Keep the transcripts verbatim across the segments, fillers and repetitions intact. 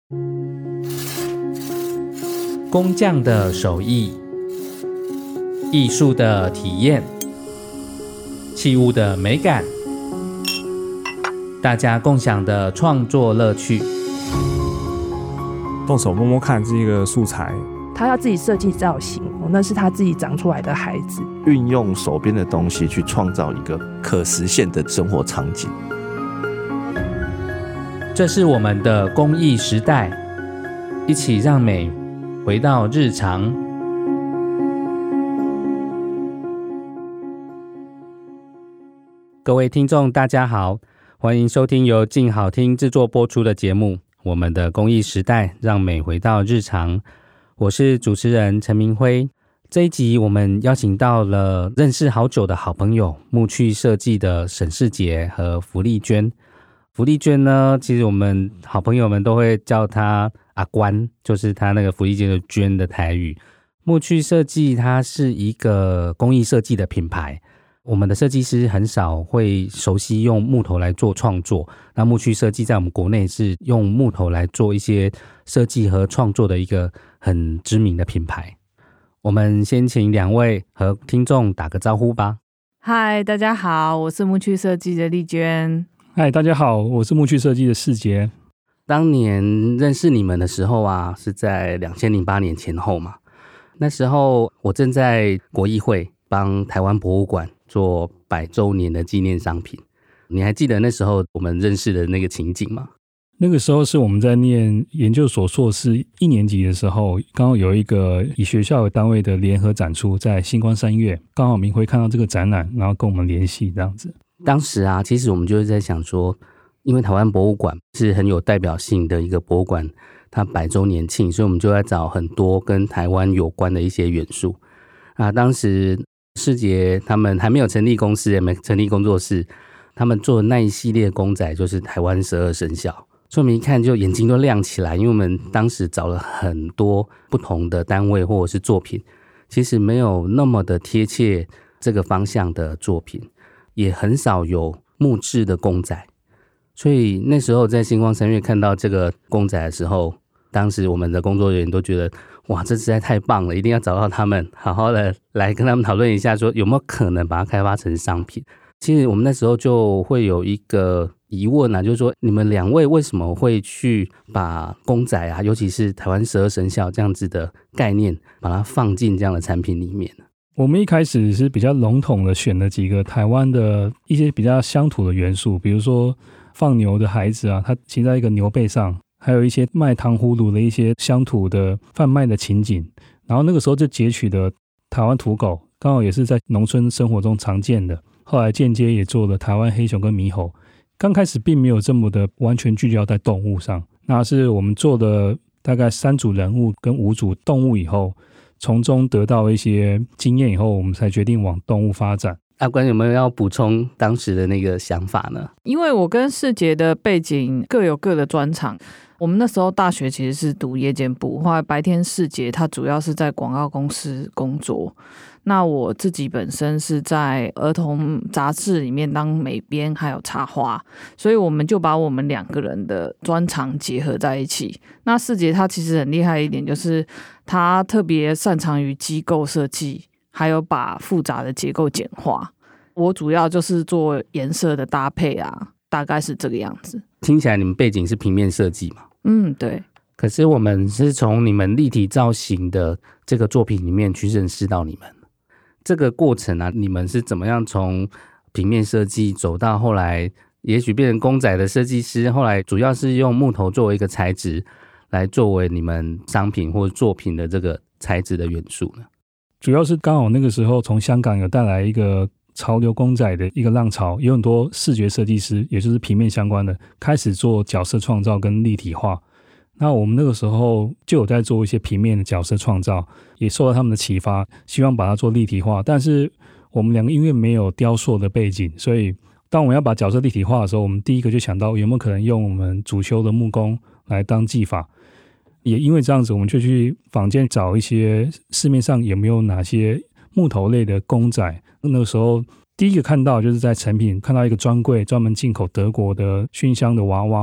工匠的手艺，艺术的体验，器物的美感，大家共享的创作乐趣。 动手摸摸看这个素材， 他要自己设计造型，那是他自己长出来的孩子。 运用手边的东西去创造一个可实现的生活场景。 这是我们的工艺时代，一起让美回到日常。各位听众大家好，欢迎收听由静好听制作播出的节目《我们的工艺时代，让美回到日常》。我是主持人陈明辉。这一集我们邀请到了认识好久的好朋友木趣设计的沈世杰和福利娟。福利娟呢，其实我们好朋友们都会叫她阿关，就是她那个福利娟的娟的台语。木趣设计它是一个工艺设计的品牌，我们的设计师很少会熟悉用木头来做创作，那木趣设计在我们国内是用木头来做一些设计和创作的一个很知名的品牌。我们先请两位和听众打个招呼吧。 嗨，大家好，我是木趣设计的丽娟。 嗨，大家好，我是木趣设计的世杰。 当年认识你们的时候啊，是在二零零八年前后嘛。那时候我正在国艺会帮台湾博物馆做百周年的纪念商品。你还记得那时候我们认识的那个情景吗？ 那个时候是我们在念研究所硕士一年级的时候，刚好有一个以学校为单位的联合展出在星光三月，刚好明辉看到这个展览，然后跟我们联系这样子。 当时啊，其实我们就是在想说，因为台湾博物馆是很有代表性的一个博物馆，它百周年庆，所以我们就在找很多跟台湾有关的一些元素啊。当时世杰他们还没有成立公司，也没成立工作室，他们做的那一系列公仔就是台湾十二生肖，所以我们一看就眼睛都亮起来，因为我们当时找了很多不同的单位或者是作品，其实没有那么的贴切这个方向的作品，也很少有木质的公仔，所以那时候在星光三月看到这个公仔的时候，当时我们的工作人员都觉得哇，这实在太棒了，一定要找到他们，好好的来跟他们讨论一下，说有没有可能把它开发成商品。其实我们那时候就会有一个疑问啊，就是说你们两位为什么会去把公仔啊，尤其是台湾十二生肖这样子的概念，把它放进这样的产品里面呢？ 我们一开始是比较笼统的选了几个台湾的一些比较乡土的元素，比如说放牛的孩子啊，他骑在一个牛背上，还有一些卖糖葫芦的一些乡土的贩卖的情景。然后那个时候就截取的台湾土狗，刚好也是在农村生活中常见的，后来间接也做了台湾黑熊跟猕猴。刚开始并没有这么的完全聚焦在动物上，那是我们做的大概三组人物跟五组动物以后，从中得到一些经验以后，我们才决定往动物发展。 阿关有没有要补充当时的那个想法呢？ 因为我跟世杰的背景各有各的专长，我们那时候大学其实是读夜间部，后来白天世杰他主要是在广告公司工作，那我自己本身是在儿童杂志里面当美编还有插画，所以我们就把我们两个人的专长结合在一起。那世杰他其实很厉害一点，就是他特别擅长于机构设计，还有把复杂的结构简化。我主要就是做颜色的搭配啊，大概是这个样子。 听起来你们背景是平面设计嘛？ 嗯，对。 可是我们是从你们立体造型的这个作品里面去认识到你们这个过程啊，你们是怎么样从平面设计走到后来也许变成公仔的设计师，后来主要是用木头作为一个材质来作为你们商品或作品的这个材质的元素呢？ 主要是刚好那个时候从香港有带来一个潮流公仔的一个浪潮，有很多视觉设计师，也就是平面相关的，开始做角色创造跟立体化。那我们那个时候就有在做一些平面的角色创造，也受到他们的启发，希望把它做立体化。但是我们两个因为没有雕塑的背景，所以当我们要把角色立体化的时候，我们第一个就想到有没有可能用我们主修的木工来当技法。也因为这样子，我们就去坊间找一些市面上有没有哪些木头类的公仔。那个时候第一个看到就是在成品看到一个专柜专门进口德国的熏香的娃娃，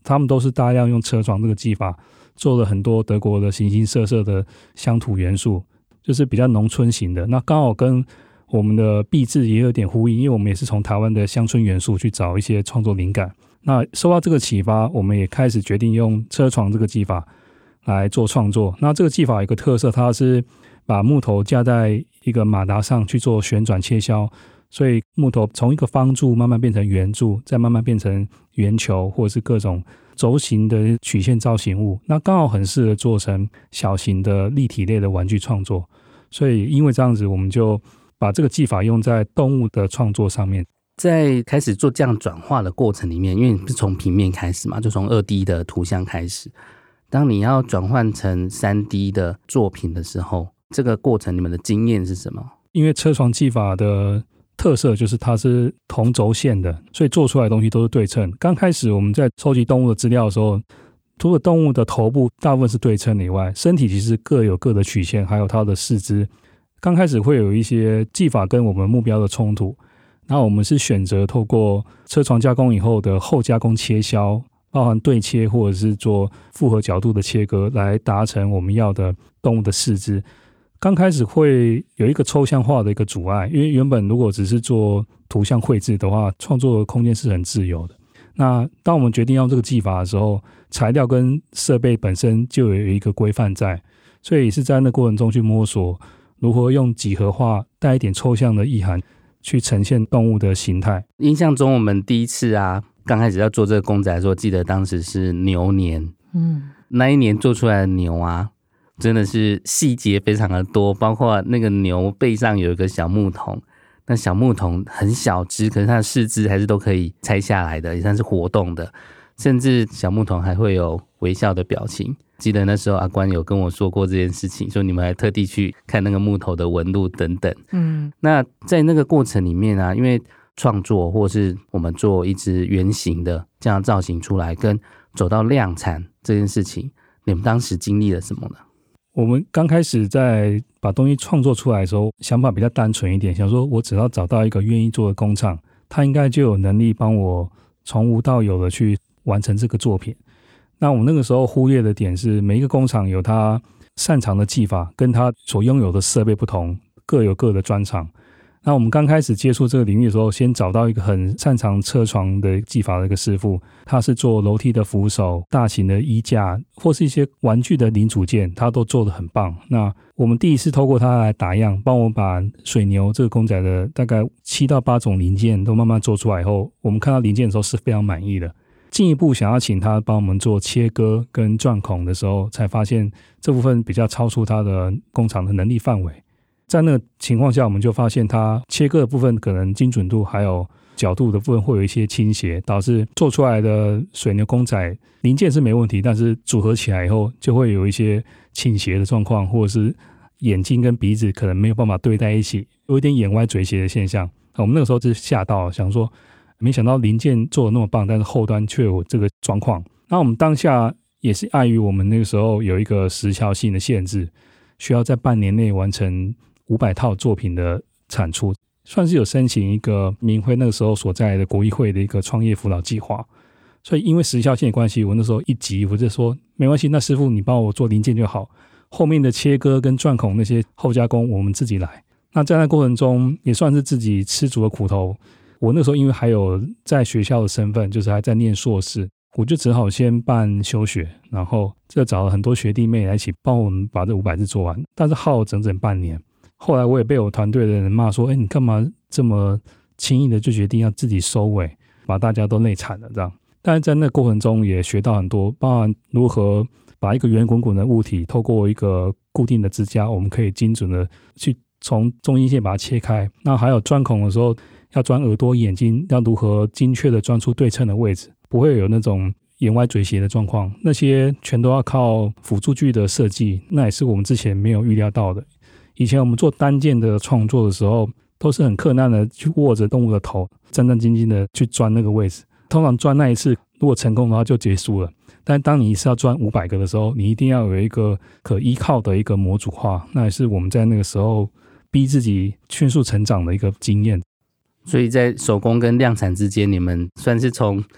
他们都是大量用车床这个技法做了很多德国的形形色色的乡土元素，就是比较农村型的。那刚好跟我们的壁制也有点呼应，因为我们也是从台湾的乡村元素去找一些创作灵感。那受到这个启发，我们也开始决定用车床这个技法来做创作。那这个技法有一个特色，它是把木头架在一个马达上去做旋转切削，所以木头从一个方柱慢慢变成圆柱，再慢慢变成圆球或者是各种轴形的曲线造型物，那刚好很适合做成小型的立体类的玩具创作。所以因为这样子，我们就把这个技法用在动物的创作上面。 在开始做这样转化的过程里面，因为你是从平面开始嘛，就从 二 D 的图像开始，当你要转换成 三 D 的作品的时候，这个过程你们的经验是什么？ 因为车床技法的特色就是它是同轴线的，所以做出来的东西都是对称。刚开始我们在收集动物的资料的时候，除了动物的头部大部分是对称的以外，身体其实各有各的曲线，还有它的四肢。刚开始会有一些技法跟我们目标的冲突，那我们是选择透过车床加工以后的后加工切削，包含对切或者是做复合角度的切割，来达成我们要的动物的四肢。刚开始会有一个抽象化的一个阻碍，因为原本如果只是做图像绘制的话，创作的空间是很自由的。那当我们决定用这个技法的时候，材料跟设备本身就有一个规范在，所以是在那过程中去摸索如何用几何化带一点抽象的意涵去呈现动物的形态。 印象中我们第一次啊，刚开始要做这个公仔的时候，记得当时是牛年，嗯，那一年做出来的牛啊，真的是细节非常的多，包括那个牛背上有一个小木桶，那小木桶很小只，可是它的四肢还是都可以拆下来的，也算是活动的，甚至小木桶还会有微笑的表情。记得那时候阿关有跟我说过这件事情，说你们还特地去看那个木头的纹路等等。嗯，那在那个过程里面啊，因为创作或是我们做一只圆形的这样造型出来，跟走到量产这件事情，你们当时经历了什么呢？ 我们刚开始在把东西创作出来的时候，想法比较单纯一点，想说我只要找到一个愿意做的工厂，他应该就有能力帮我从无到有的去完成这个作品。那我们那个时候忽略的点是，每一个工厂有他擅长的技法，跟他所拥有的设备不同，各有各的专长。那我们刚开始接触这个领域的时候，先找到一个很擅长车床的技法的一个师傅，他是做楼梯的扶手、大型的衣架或是一些玩具的零组件，他都做得很棒。那我们第一次透过他来打样，帮我把水牛这个公仔的大概七到八种零件都慢慢做出来以后，我们看到零件的时候是非常满意的。进一步想要请他帮我们做切割跟钻孔的时候，才发现这部分比较超出他的工厂的能力范围。在那个情况下，我们就发现它切割的部分可能精准度还有角度的部分会有一些倾斜，导致做出来的水牛公仔零件是没问题，但是组合起来以后就会有一些倾斜的状况，或者是眼睛跟鼻子可能没有办法对在一起，有一点眼歪嘴斜的现象。我们那个时候就吓到，想说没想到零件做得那么棒，但是后端却有这个状况。那我们当下也是碍于我们那个时候有一个时效性的限制，需要在半年内完成五百套作品的产出，算是有申请一个明辉那个时候所在的国议会的一个创业辅导计划。所以因为时效性的关系，我那时候一急，我就说没关系，那师傅你帮我做零件就好，后面的切割跟钻孔那些后加工我们自己来。那在那过程中也算是自己吃足了苦头。我那时候因为还有在学校的身份，就是还在念硕士，我就只好先办休学，然后就找了很多学弟妹来一起帮我们把这五百字做完，但是耗了整整半年。后来我也被我团队的人骂说，哎，你干嘛这么轻易的就决定要自己收尾，把大家都累惨了这样。但是在那过程中也学到很多，包含如何把一个圆滚滚的物体透过一个固定的支架，我们可以精准的去从中心线把它切开。那还有钻孔的时候，要钻耳朵眼睛，要如何精确的钻出对称的位置，不会有那种眼歪嘴斜的状况，那些全都要靠辅助具的设计，那也是我们之前没有预料到的。以前我们做单件的创作的时候，都是很困难的去握着动物的头，战战兢兢的去钻那个位置，通常钻那一次如果成功的话就结束了。但当你一次要钻五百个的时候，你一定要有一个可依靠的一个模组化，那也是我们在那个时候逼自己迅速成长的一个经验。 所以在手工跟量产之间，你们算是从比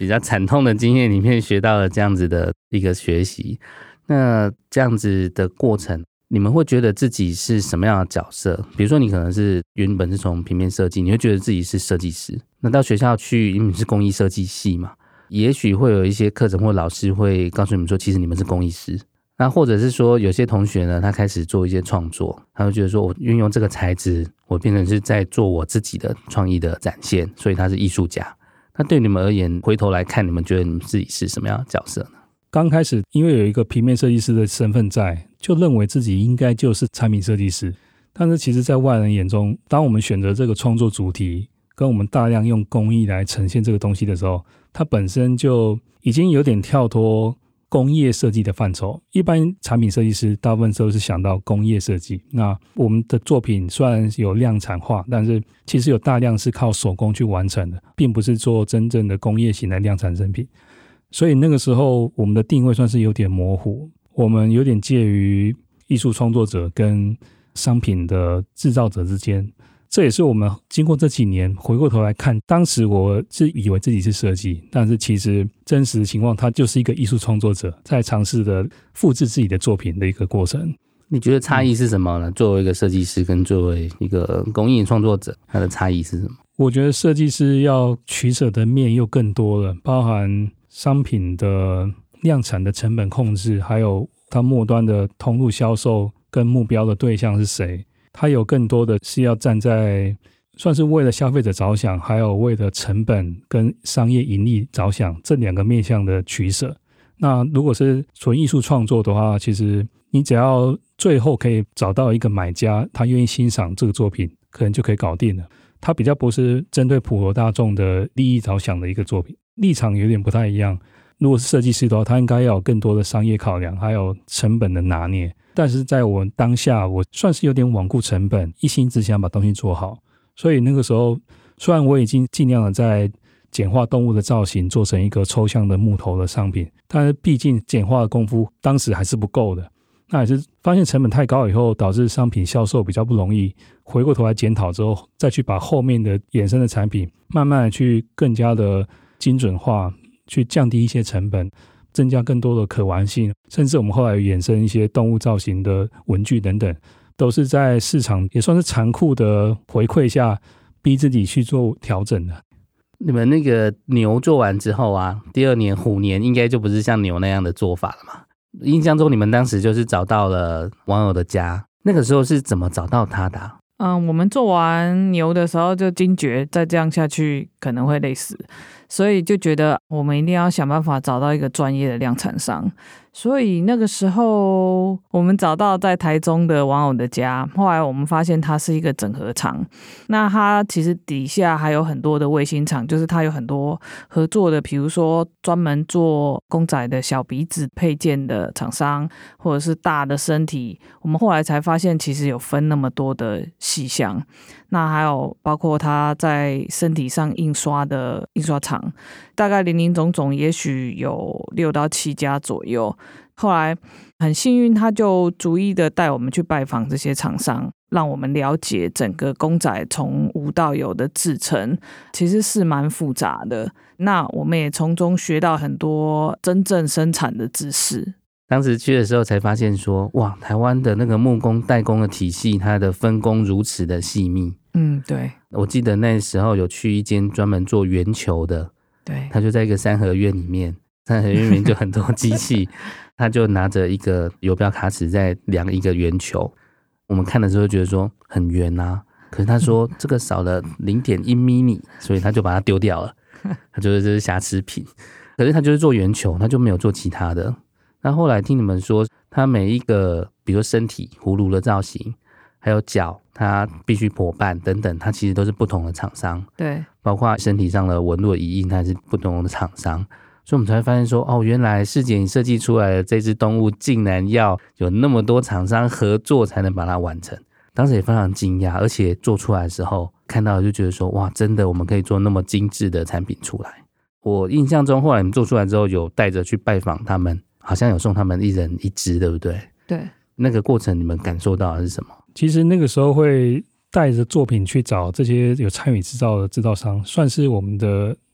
比较惨痛的经验里面学到了这样子的一个学习。那这样子的过程，你们会觉得自己是什么样的角色？比如说你可能是原本是从平面设计，你会觉得自己是设计师，那到学校去，因为你是工艺设计系嘛，也许会有一些课程或老师会告诉你们说，其实你们是工艺师。那或者是说有些同学呢，他开始做一些创作，他会觉得说我运用这个材质，我变成是在做我自己的创意的展现，所以他是艺术家。那对你们而言，回头来看，你们觉得你们自己是什么样的角色呢？ 刚开始因为有一个平面设计师的身份在，就认为自己应该就是产品设计师。但是其实在外人眼中，当我们选择这个创作主题，跟我们大量用工艺来呈现这个东西的时候，它本身就已经有点跳脱工业设计的范畴。一般产品设计师大部分都是想到工业设计，那我们的作品虽然有量产化，但是其实有大量是靠手工去完成的，并不是做真正的工业型的量产成品。所以那个时候我们的定位算是有点模糊，我们有点介于艺术创作者跟商品的制造者之间。这也是我们经过这几年回过头来看，当时我是以为自己是设计，但是其实真实的情况，他就是一个艺术创作者在尝试的复制自己的作品的一个过程。 你觉得差异是什么呢？嗯、作为一个设计师跟作为一个工艺创作者，它的差异是什么？ 我觉得设计师要取舍的面又更多了，包含商品的量产的成本控制，还有它末端的通路销售跟目标的对象是谁。它有更多的是要站在算是为了消费者着想，还有为了成本跟商业盈利着想这两个面向的取舍。那如果是纯艺术创作的话，其实你只要最后可以找到一个买家，他愿意欣赏这个作品，可能就可以搞定了。它比较不是针对普罗大众的利益着想的一个作品，立场有点不太一样。如果是设计师的话，他应该要有更多的商业考量，还有成本的拿捏。但是在我当下，我算是有点罔顾成本，一心只想把东西做好。所以那个时候，虽然我已经尽量的在简化动物的造型，做成一个抽象的木头的商品，但是毕竟简化的功夫当时还是不够的。那也是发现成本太高以后，导致商品销售比较不容易。回过头来检讨之后，再去把后面的衍生的产品慢慢的去更加的精准化，去降低一些成本，增加更多的可玩性，甚至我们后来衍生一些动物造型的文具等等，都是在市场也算是残酷的回馈下逼自己去做调整的。 你们那个牛做完之后啊，第二年虎年应该就不是像牛那样的做法了嘛？印象中你们当时就是找到了网友的家，那个时候是怎么找到他的啊？ 嗯，我们做完牛的时候就惊觉再这样下去可能会累死，所以就觉得我们一定要想办法找到一个专业的量产商。所以那个时候我们找到在台中的网友的家，后来我们发现它是一个整合厂，那它其实底下还有很多的卫星厂，就是它有很多合作的，比如说专门做公仔的小鼻子配件的厂商，或者是大的身体。我们后来才发现其实有分那么多的细项，那还有包括它在身体上印刷的印刷厂，大概林林总总也许有六到七家左右。后来很幸运，他就逐一的带我们去拜访这些厂商，让我们了解整个公仔从无到有的制成其实是蛮复杂的。那我们也从中学到很多真正生产的知识。 当时去的时候才发现说，哇，台湾的那个木工代工的体系，它的分工如此的细密。 嗯，对。 我记得那时候有去一间专门做圆球的， 对， 他就在一个三合院里面，三合院里面就很多机器，他就拿着一个游标卡尺在量一个圆球。我们看的时候觉得说很圆啊，可是他说这个少了 零点一 米，所以他就把它丢掉了，他觉得这是瑕疵品。可是他就是做圆球，他就没有做其他的。那后来听你们说，他每一个比如说身体葫芦的造型，还有脚它必须破瓣等等，它其实都是不同的厂商。 对，包括身体上的纹路遗印，它是不同的厂商。所以我们才会发现说，哦，原来世姐你设计出来的这只动物竟然要有那么多厂商合作才能把它完成。当时也非常惊讶，而且做出来的时候看到就觉得说，哇，真的我们可以做那么精致的产品出来。我印象中后来你们做出来之后有带着去拜访他们，好像有送他们一人一只，对不对？ 对。 那个过程你们感受到的是什么？ 其实那个时候会带着作品去找这些有参与制造的制造商，算是我们的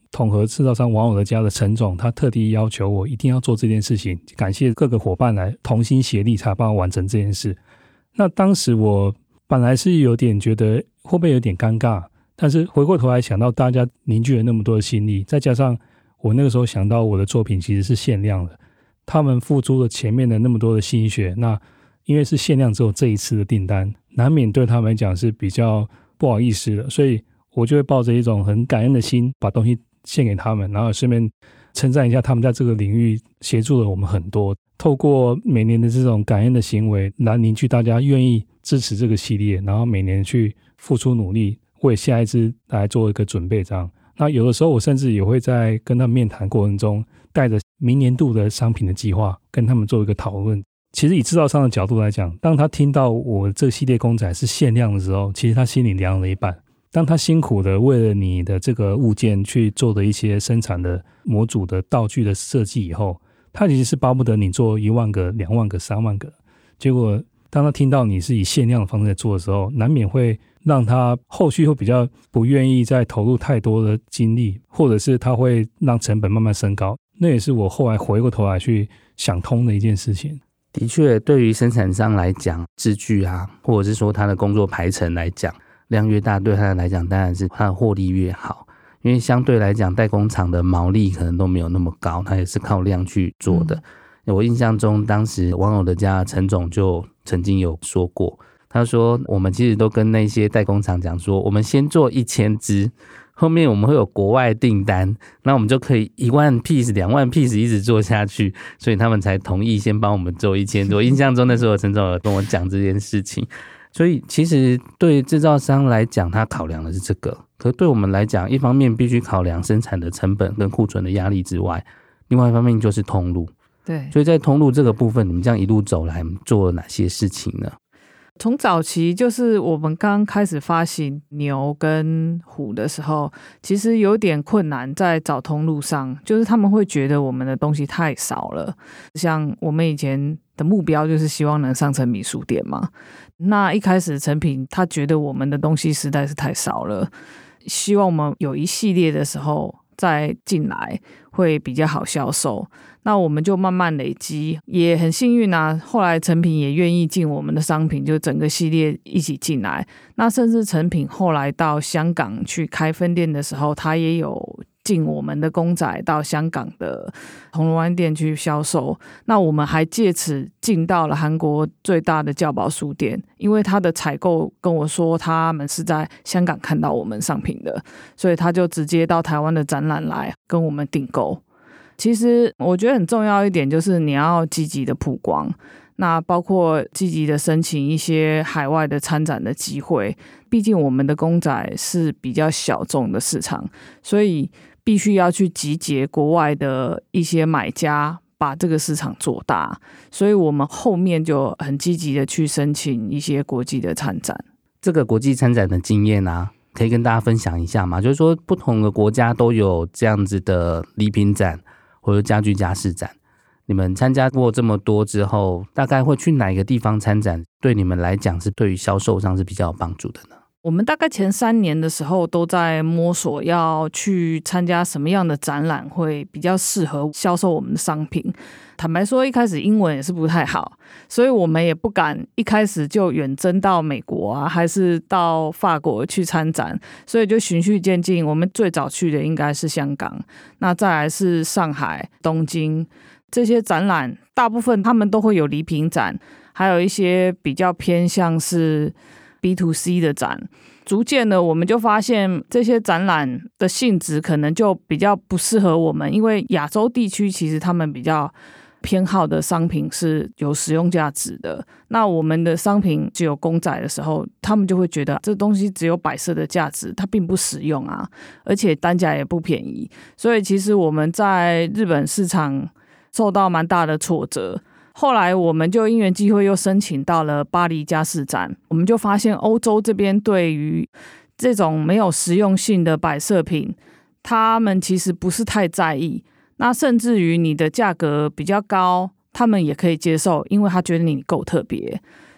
统合制造商王友的家的陈总，他特地要求我一定要做这件事情，感谢各个伙伴来同心协力才帮我完成这件事。那当时我本来是有点觉得会不会有点尴尬，但是回过头来想到大家凝聚了那么多的心力，再加上我那个时候想到我的作品其实是限量的，他们付出了前面的那么多的心血，那因为是限量只有这一次的订单，难免对他们来讲是比较不好意思的，所以我就会抱着一种很感恩的心把东西献给他们，然后顺便称赞一下他们在这个领域协助了我们很多，透过每年的这种感恩的行为来凝聚大家愿意支持这个系列，然后每年去付出努力为下一支来做一个准备这样。那有的时候我甚至也会在跟他们面谈过程中带着明年度的商品的计划跟他们做一个讨论。其实以制造商的角度来讲，当他听到我这个系列公仔是限量的时候，其实他心里凉了一半。当他辛苦的为了你的这个物件去做的一些生产的模组的道具的设计以后，他其实是巴不得你做一万个、两万个、三万个。结果当他听到你是以限量的方式在做的时候，难免会让他后续会比较不愿意再投入太多的精力，或者是他会让成本慢慢升高。那也是我后来回过头来去想通的一件事情。 的确，对于生产商来讲，制具啊，或者是说他的工作排程来讲，量越大，对他来讲当然是他的获利越好，因为相对来讲代工厂的毛利可能都没有那么高，他也是靠量去做的。嗯、我印象中当时王友的家陈总就曾经有说过，他说我们其实都跟那些代工厂讲说，我们先做一千只，后面我们会有国外订单，那我们就可以一万 piece 两万 piece 一直做下去，所以他们才同意先帮我们做一千多。印象中那时候陈总有跟我讲这件事情，所以其实对制造商来讲，他考量的是这个，可是对我们来讲，一方面必须考量生产的成本跟库存的压力之外，另外一方面就是通路。 对， 所以在通路这个部分，你们这样一路走来做了哪些事情呢？ 从早期就是我们刚开始发行牛跟虎的时候，其实有点困难在找通路上，就是他们会觉得我们的东西太少了。像我们以前的目标就是希望能上成品书店嘛，那一开始成品他觉得我们的东西实在是太少了，希望我们有一系列的时候再进来会比较好销售，那我们就慢慢累积，也很幸运啊，后来成品也愿意进我们的商品，就整个系列一起进来。那甚至成品后来到香港去开分店的时候，他也有进我们的公仔到香港的铜锣湾店去销售。那我们还借此进到了韩国最大的教保书店，因为他的采购跟我说他们是在香港看到我们商品的，所以他就直接到台湾的展览来跟我们订购。其实我觉得很重要一点就是你要积极的曝光，那包括积极的申请一些海外的参展的机会，毕竟我们的公仔是比较小众的市场，所以必须要去集结国外的一些买家，把这个市场做大，所以我们后面就很积极的去申请一些国际的参展。 这个国际参展的经验啊，可以跟大家分享一下吗？就是说不同的国家都有这样子的礼品展或者家具家饰展，你们参加过这么多之后，大概会去哪个地方参展，对你们来讲是对于销售上是比较有帮助的呢？ 我们大概前三年的时候都在摸索要去参加什么样的展览会比较适合销售我们的商品。坦白说一开始英文也是不太好，所以我们也不敢一开始就远征到美国啊，还是到法国去参展，所以就循序渐进，我们最早去的应该是香港，那再来是上海、东京，这些展览大部分他们都会有礼品展，还有一些比较偏向是B to C 的展。逐渐的我们就发现这些展览的性质可能就比较不适合我们，因为亚洲地区其实他们比较偏好的商品是有实用价值的，那我们的商品只有公仔的时候，他们就会觉得这东西只有摆设的价值，它并不实用啊，而且单价也不便宜，所以其实我们在日本市场受到蛮大的挫折。后来我们就因缘际会又申请到了巴黎家饰展，我们就发现欧洲这边对于这种没有实用性的摆设品，他们其实不是太在意，那甚至于你的价格比较高，他们也可以接受，因为他觉得你够特别。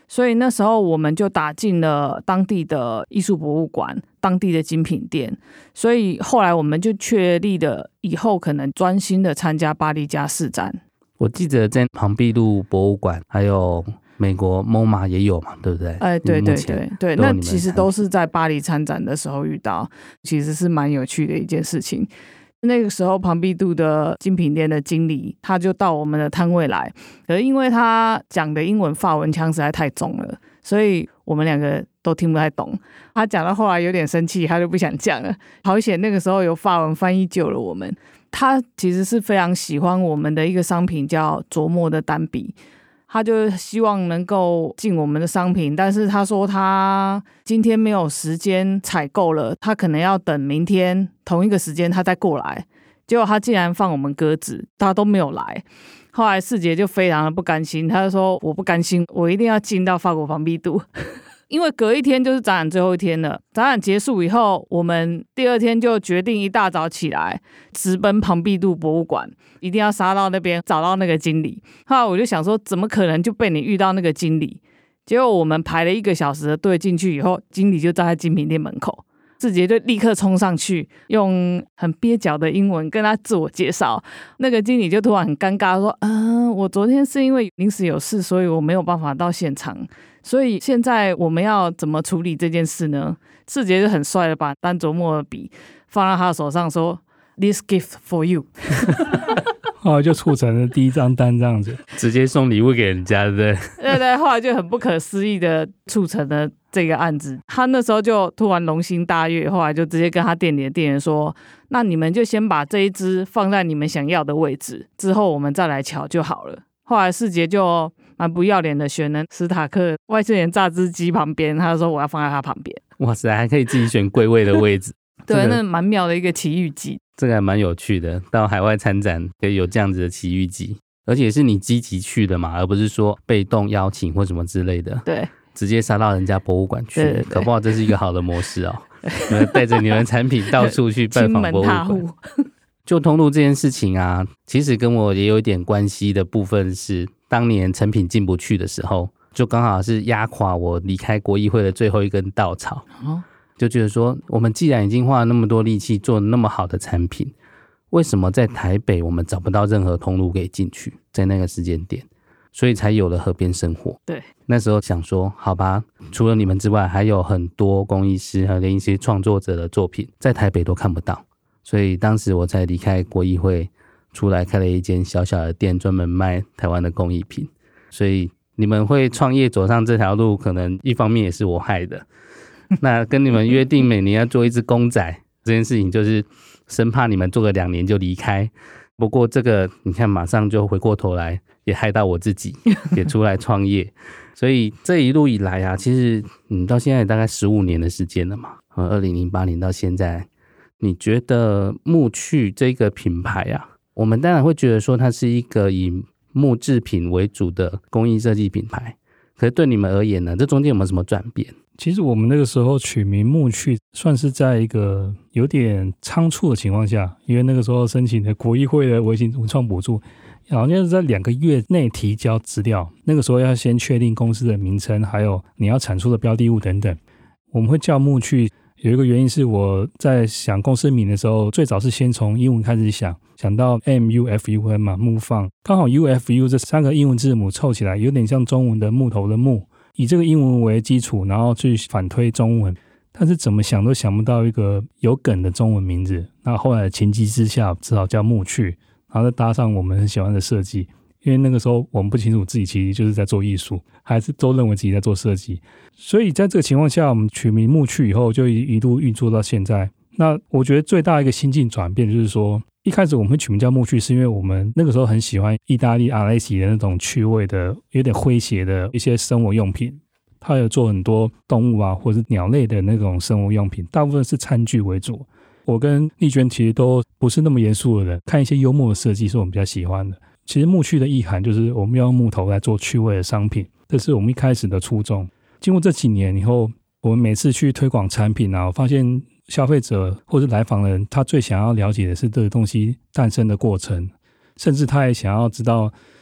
所以那时候我们就打进了当地的艺术博物馆、当地的精品店，所以后来我们就确立了以后可能专心的参加巴黎家饰展。 我记得在庞毕度博物馆还有美国 M O M A 也有嘛，对不对？ 哎，对对对对，那其实都是在巴黎参展的时候遇到，其实是蛮有趣的一件事情。那个时候庞毕度的精品店的经理他就到我们的摊位来，可是因为他讲的英文法文腔实在太重了，所以我们两个都听不太懂。他讲到后来有点生气，他就不想讲了。好险那个时候有法文翻译救了我们。他其实是非常喜欢我们的一个商品叫琢磨的单笔，他就希望能够进我们的商品，但是他说他今天没有时间采购了，他可能要等明天同一个时间他再过来。结果他竟然放我们鸽子，他都没有来。后来世杰就非常的不甘心，他就说我不甘心，我一定要进到法国庞毕度。因为隔一天就是展览最后一天了，展览结束以后，我们第二天就决定一大早起来直奔庞毕度博物馆，一定要杀到那边找到那个经理。后来我就想说怎么可能就被你遇到那个经理，结果我们排了一个小时的队进去以后，经理就站在精品店门口，志杰就立刻冲上去用很蹩脚的英文跟他自我介绍。那个经理就突然很尴尬说嗯、呃，我昨天是因为临时有事，所以我没有办法到现场，所以现在我们要怎么处理这件事呢？志杰就很帅的把单琢磨的笔放到他的手上说 This gift for you 后来就促成了第一张单这样子， 直接送礼物给人家，对不对？ 对对，后来就很不可思议的促成了这个案子。他那时候就突然龙心大悦，后来就直接跟他店里的店员说，那你们就先把这一支放在你们想要的位置，之后我们再来瞧就好了。后来世杰就蛮不要脸的选了史塔克外星人榨汁机旁边，他就说我要放在他旁边。 哇塞，还可以自己选柜位的位置对、 这个、 那蛮妙的一个奇遇记， 这个还蛮有趣的，到海外参展可以有这样子的奇遇记，而且是你积极去的嘛，而不是说被动邀请或什么之类的， 对， 直接杀到人家博物馆去， 对对对， 搞不好这是一个好的模式哦。你们带着你们产品到处去拜访博物馆。 亲门踏户就通路这件事情啊，其实跟我也有一点关系的部分是，当年成品进不去的时候，就刚好是压垮我离开国艺会的最后一根稻草。 哦， 就觉得说，我们既然已经花了那么多力气做那么好的产品，为什么在台北我们找不到任何通路可以进去？在那个时间点，所以才有了河边生活。 对， 那时候想说，好吧，除了你们之外，还有很多工艺师和一些创作者的作品在台北都看不到，所以当时我才离开国艺会，出来开了一间小小的店，专门卖台湾的工艺品。所以你们会创业走上这条路，可能一方面也是我害的。那跟你们约定每年要做一只公仔这件事情，就是生怕你们做个两年就离开。不过这个你看马上就回过头来也害到我自己，也出来创业。所以这一路以来啊，其实你到现在大概十五年的时间了嘛，二零零八年到现在，你觉得木趣这个品牌啊，我们当然会觉得说它是一个以木制品为主的工艺设计品牌，可是对你们而言呢，这中间有没有什么转变？ 其实我们那个时候取名木趣，算是在一个有点仓促的情况下，因为那个时候申请的国艺会的微型文创补助，好像是在两个月内提交资料，那个时候要先确定公司的名称，还有你要产出的标的物等等。我们会叫木趣，有一个原因是我在想公司名的时候，最早是先从英文开始想，想到 M U F U N 嘛，木放，刚好 U F U 这三个英文字母凑起来，有点像中文的木头的木，以这个英文为基础，然后去反推中文，但是怎么想都想不到一个有梗的中文名字。那后来情急之下，只好叫木趣，然后再搭上我们很喜欢的设计，因为那个时候我们不清楚自己其实就是在做艺术，还是都认为自己在做设计，所以在这个情况下，我们取名木趣以后，就一路运作到现在。那我觉得最大一个心境转变就是说，一开始我们会取名叫木趣，是因为我们那个时候很喜欢意大利阿莱西的那种趣味的、有点诙谐的一些生活用品。他有做很多动物啊，或是鸟类的那种生活用品，大部分是餐具为主。我跟丽娟其实都不是那么严肃的人，看一些幽默的设计是我们比较喜欢的。其实木趣的意涵就是我们要用木头来做趣味的商品，这是我们一开始的初衷。经过这几年以后，我们每次去推广产品啊，我发现消费者或是来访人，他最想要了解的是这个东西诞生的过程，甚至他也想要知道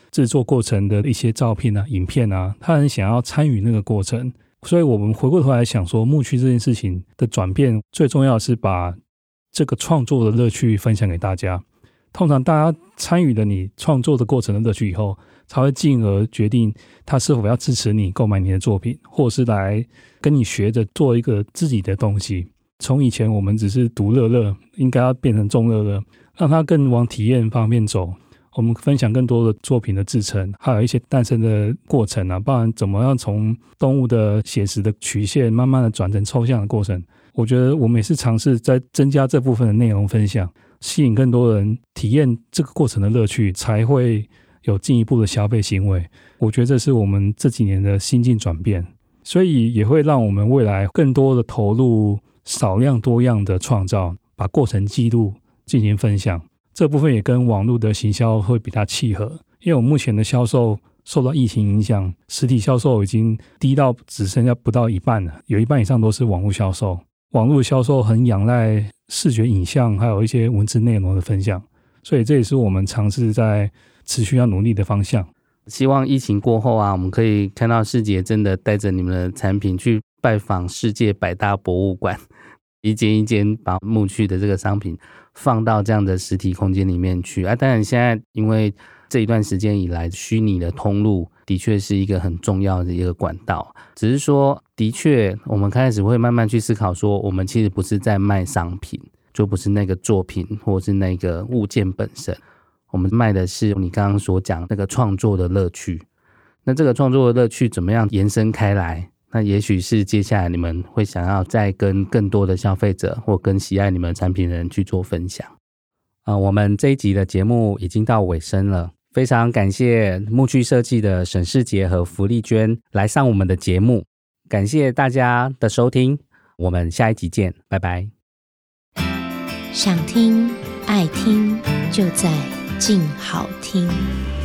制作过程的一些照片啊、影片啊，他很想要参与那个过程。所以我们回过头来想说，牧区这件事情的转变，最重要的是把这个创作的乐趣分享给大家。通常大家参与了你创作的过程的乐趣以后，才会进而决定他是否要支持你购买你的作品，或是来跟你学着做一个自己的东西。从以前我们只是独乐乐，应该要变成众乐乐，让他更往体验方面走。我们分享更多的作品的制成，还有一些诞生的过程啊，包含怎么样从动物的写实的曲线慢慢的转成抽象的过程。我觉得我们也是尝试在增加这部分的内容分享，吸引更多人体验这个过程的乐趣，才会有进一步的消费行为。我觉得这是我们这几年的心境转变，所以也会让我们未来更多的投入少量多样的创造，把过程记录进行分享。这部分也跟网络的行销会比较契合，因为我们目前的销售受到疫情影响，实体销售已经低到只剩下不到一半了，有一半以上都是网络销售。网络销售很仰赖视觉影像还有一些文字内容的分享，所以这也是我们尝试在持续要努力的方向。 希望疫情过后啊，我们可以看到世杰真的带着你们的产品去拜访世界百大博物馆，一间一间把牧区的这个商品放到这样的实体空间里面去啊。当然现在因为这一段时间以来，虚拟的通路的确是一个很重要的一个管道，只是说的确我们开始会慢慢去思考说，我们其实不是在卖商品，就不是那个作品或是那个物件本身，我们卖的是你刚刚所讲那个创作的乐趣。那这个创作的乐趣怎么样延伸开来，那也许是接下来你们会想要再跟更多的消费者或跟喜爱你们产品的人去做分享。呃，我们这一集的节目已经到尾声了，非常感谢牧区设计的沈世杰和福利娟来上我们的节目，感谢大家的收听，我们下一集见，拜拜。 想听爱听就在静好听。